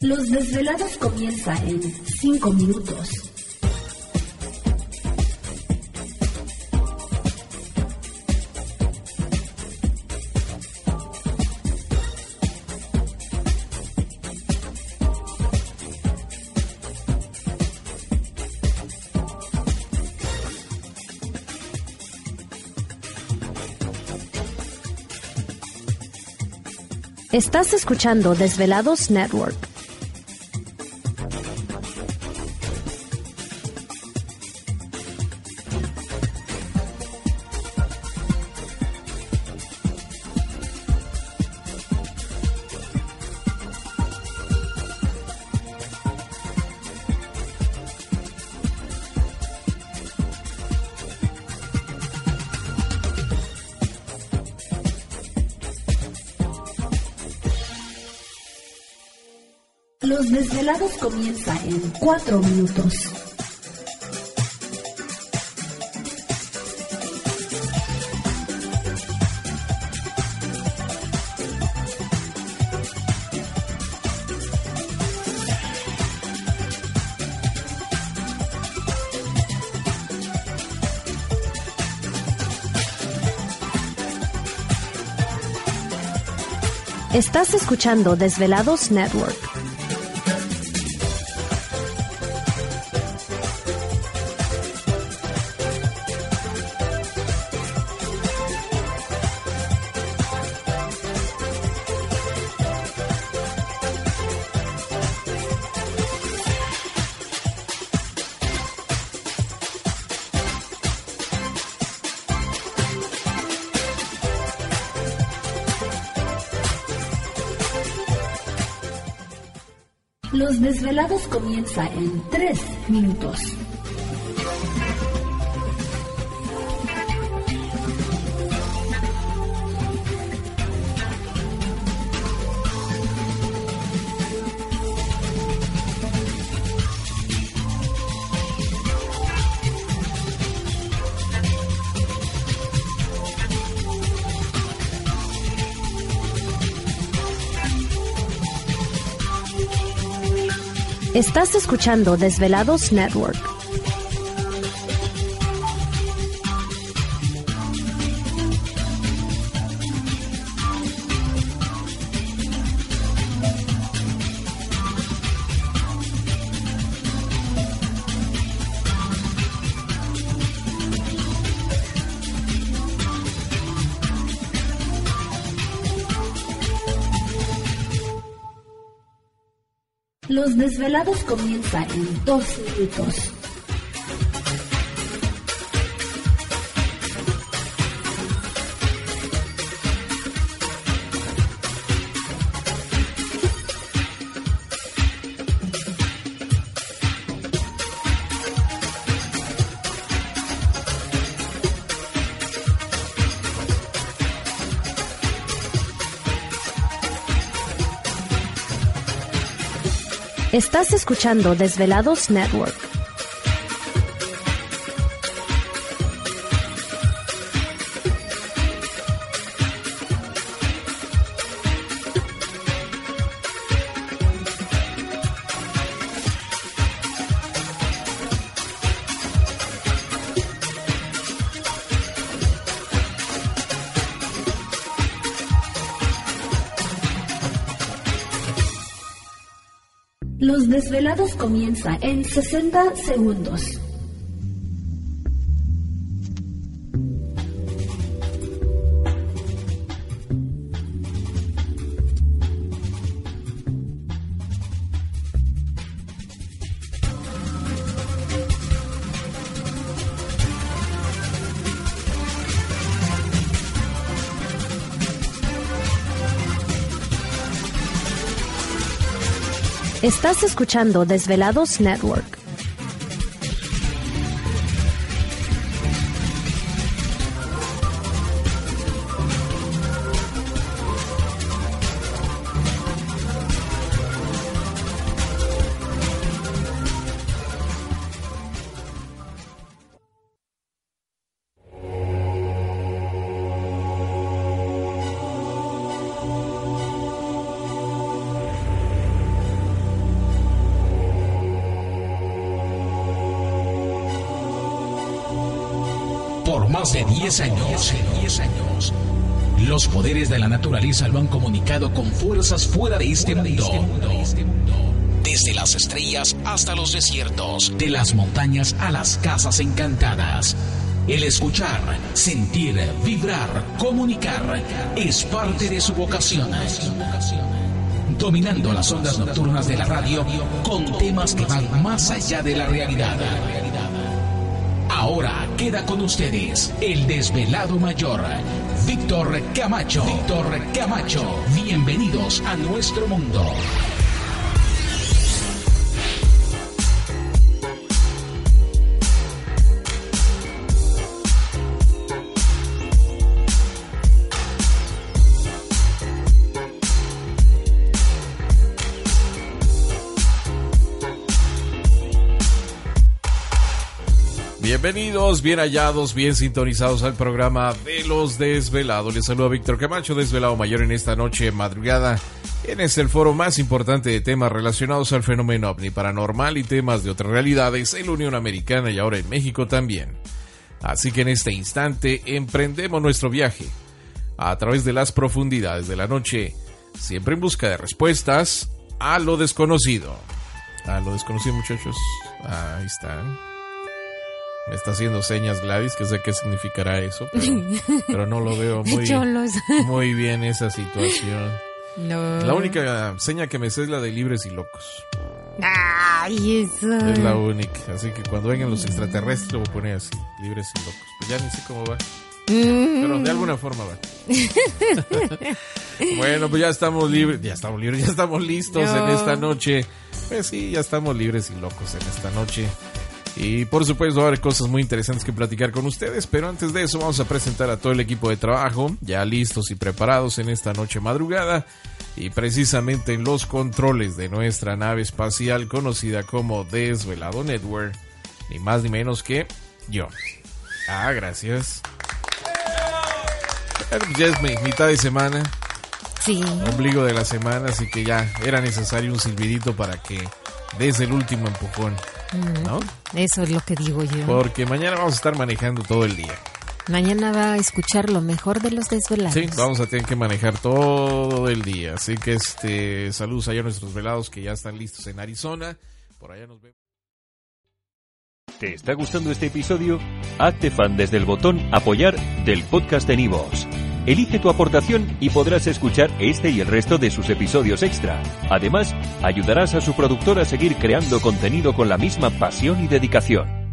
Los Desvelados comienza en 5 minutos. Estás escuchando Desvelados Network. Los Desvelados comienza en 4 minutos. Estás escuchando Desvelados Network. Los Desvelados comienza en 3 minutos. Estás escuchando Desvelados Network. Los Desvelados comienza en 2 minutos. Estás escuchando Desvelados Network. Los Desvelados comienza en 60 segundos. Estás escuchando Desvelados Network. por más de 10 años. Los poderes de la naturaleza lo han comunicado con fuerzas fuera de este mundo. Desde las estrellas hasta los desiertos, de las montañas a las casas encantadas. El escuchar, sentir, vibrar, comunicar es parte de su vocación. Dominando las ondas nocturnas de la radio con temas que van más allá de la realidad. Ahora queda con ustedes el desvelado mayor, Víctor Camacho. Bienvenidos a nuestro mundo. Bienvenidos, bien hallados, bien sintonizados al programa de Los Desvelados. Les saluda Víctor Camacho, desvelado mayor en esta noche madrugada. Es el foro más importante de temas relacionados al fenómeno ovni paranormal y temas de otras realidades en la Unión Americana y ahora en México también. Así que en este instante emprendemos nuestro viaje a través de las profundidades de la noche, siempre en busca de respuestas a lo desconocido. A lo desconocido, muchachos. Ahí están. Me está haciendo señas Gladys, que sé qué significará eso, pero no lo veo muy bien esa situación. No. La única seña que me sé es la de libres y locos. Ay, eso. Es la única, así que cuando vengan los extraterrestres lo voy a poner así, libres y locos. Pues ya ni sé cómo va, pero de alguna forma va. Bueno, pues ya estamos listos en esta noche. Pues sí, ya estamos libres y locos en esta noche. Y por supuesto va a haber cosas muy interesantes que platicar con ustedes, pero antes de eso vamos a presentar a todo el equipo de trabajo, ya listos y preparados en esta noche madrugada, y precisamente en los controles de nuestra nave espacial conocida como Desvelado Network, ni más ni menos que yo. Gracias. Ya es mitad de semana, sí, ombligo de la semana, así que ya era necesario un silbidito para que des el último empujón, ¿no? Eso es lo que digo yo. Porque mañana vamos a estar manejando todo el día. Mañana va a escuchar lo mejor de Los Desvelados. Sí, vamos a tener que manejar todo el día. Así que saludos allá a nuestros velados que ya están listos en Arizona. Por allá nos vemos. ¿Te está gustando este episodio? Hazte fan desde el botón Apoyar del podcast de Nivos. Elige tu aportación y podrás escuchar este y el resto de sus episodios extra. Además, ayudarás a su productor a seguir creando contenido con la misma pasión y dedicación.